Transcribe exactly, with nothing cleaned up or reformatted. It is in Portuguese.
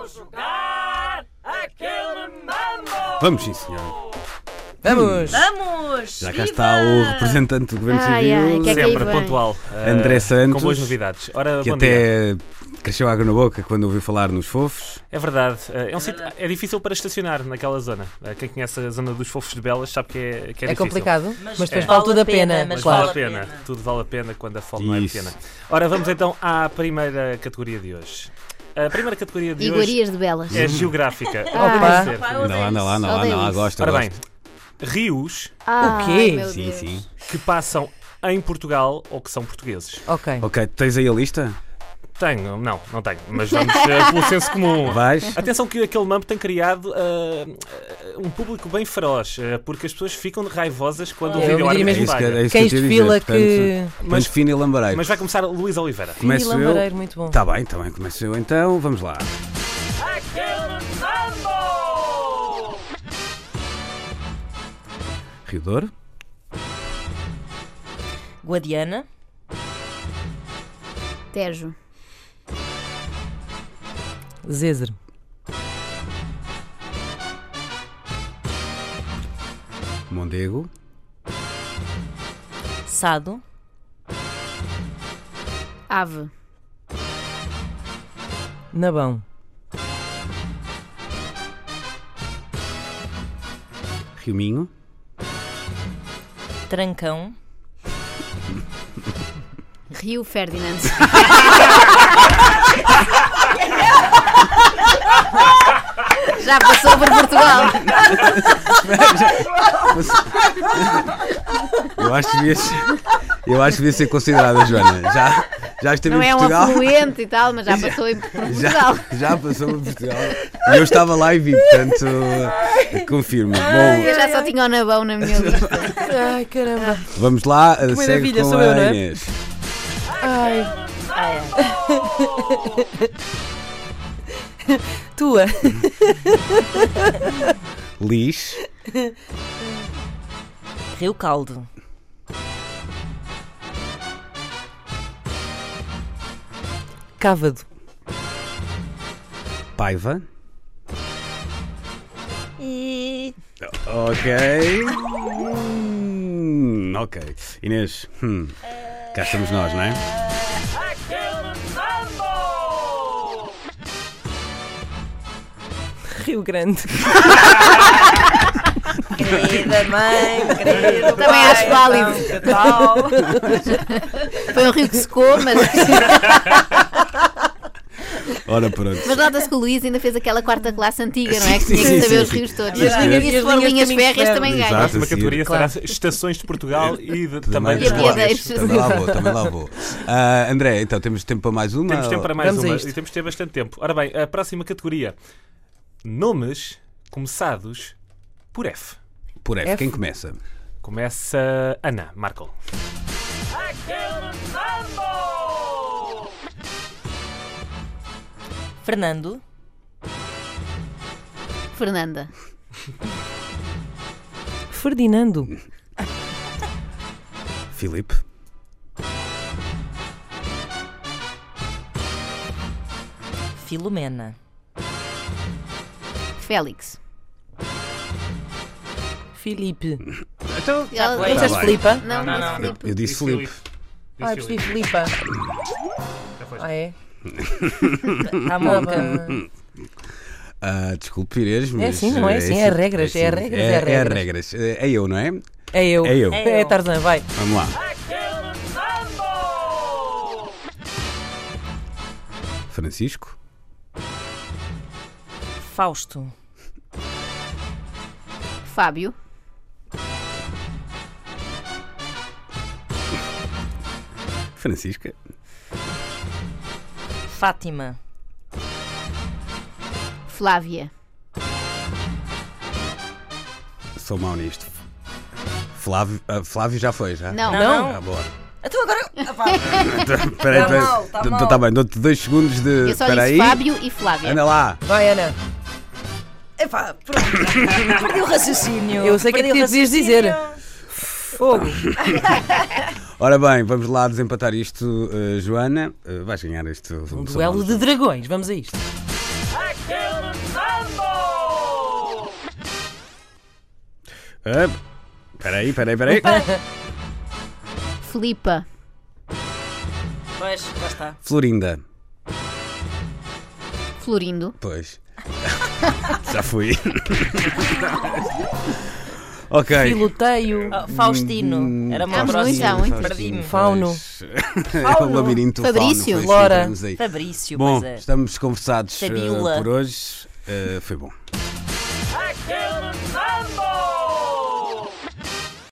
Vamos jogar aquele mambo! Vamos, sim, senhor. Vamos! Vamos! Já cá Viva! está o representante do Governo Ai, Civil, ai, que é que Sempre aí vem? pontual. André eh, Santos, Com boas novidades. Ora, que bom dia. até cresceu água na boca quando ouviu falar nos fofos. É verdade. eh, É, um sítio, é difícil para estacionar naquela zona. Eh, Quem conhece a zona dos Fofos de Belas sabe que é, que é, É difícil. complicado, mas, depois é. vale tudo a pena. Mas claro. vale a pena. Tudo vale a pena quando a fome não é Isso. pequena. Ora, vamos então à primeira categoria de hoje. A primeira categoria de hoje Iguarias de belas. é geográfica. Ah. Opa. Deve ser. Anda lá, anda lá, anda lá, anda lá, gosto, Ora gosto. bem, rios Ai, O quê? meu Sim, Deus. sim. que passam em Portugal ou que são portugueses. Ok. Ok, tens aí a lista? Tenho, não, não tenho, mas vamos eh, pelo senso comum. Vais? Atenção que aquele mambo tem criado ah, ah, um público bem feroz, ah, porque as pessoas ficam raivosas quando o Eu vídeo diria É mesmo isso que, falha. é isso Quem que eu te ia desfila dizer. que. Portanto, Mas- ponto fino e lambareiro. Mas vai começar Luís Oliveira. Começo Fini eu. Lambareiro, muito bom. Tá bem, também começo eu então, vamos lá. Aquele mambo! Rio Douro, Guadiana, Tejo. Zezer. Mondego, Sado, Ave. Nabão. Rio Minho, Trancão, Rio Ferdinand. Já passou por Portugal. eu acho que devias, eu acho que devia ser considerada, Joana. Já, já esteve Não em é um Portugal. afluente e tal, mas já passou em- por Portugal. Já, já passou por Portugal. E eu estava lá e vi, portanto, confirmo. Bom, Eu já só tinha o Nabão na minha lista. Ai, caramba. vamos lá, segue maravilha, com sou a eu, não é? Inês. Ai. Ah, é. Tua. Lis, Rio Caldo, Cávado. Paiva. e Ok. Hum, ok. Inês, hum, cá estamos nós, não é? Rio Grande. querida mãe, querido Também pai, acho válido. então, que tal? Foi um rio que secou, mas, Ora, pronto. mas nota-se que o Luís ainda fez aquela quarta classe antiga, não é? Que Sim, tinha sim, que saber sim, os sim. rios todos. E as E linhas- se as for linhas linhas caminhos férreas de também ferro. ganha. Exato. Uma sim. categoria Claro. será Estações de Portugal e de, também Também de E de apiadeiros. Portugal. Também lá vou, também lá vou. Ah, André, então temos tempo para mais uma? Temos tempo para mais Vamos a uma isto. e temos de ter bastante tempo. Ora bem, a próxima categoria: nomes começados por F. Por F, F. quem começa? Começa Ana Markel. Fernando, Fernanda. Ferdinando. Filipe, Filomena, Félix. Filipe. então, Ela- foi. Não disseste bem. Filipa? Não, Não, não, não. Filipe. eu disse Filipe. Ai, percebi Filipa. Já foi. Ah, é? a Tá monca, bem. Ah, desculpe, Inês, mas... É assim, não é assim, é regras, é regras, é É, é regras. regras. É eu, não é? É eu. É eu. É Tarzan, vai. Vamos lá. Francisco, Fausto, Fábio. Francisca, Fátima, Flávia. sou mau nisto. Flávio, ah, Flávio já foi, já? Não, Não. Ah, boa. então agora. Epá, Peraí, Tá peraí. mal, tá Tá- mal. Tá bem, dou-te dois segundos de... eu só Espera disse aí. Fábio e Flávia. Anda lá. Vai, Ana. epá, pronto. Perdi o raciocínio. Eu sei o que é que Perdi o te devias dizer. raciocínio. Fogo. Ora bem, vamos lá desempatar isto, eh, Joana. Eh, vais ganhar isto. Um duelo de dragões, vamos a isto. Ah, Peraí, peraí, peraí. Filipa. Pois, lá está. Florinda. Florindo. Pois. Já fui. Ok. Piloteio. Ah, Faustino. Era Há uma muito, próxima. há muito. Perdi-me. Fauno. É o labirinto Fabrício. Fauno, foi assim, Flora. entramos aí. Fabrício, Bom, pois é. estamos conversados eh, Fabiola. por hoje. Eh, foi bom.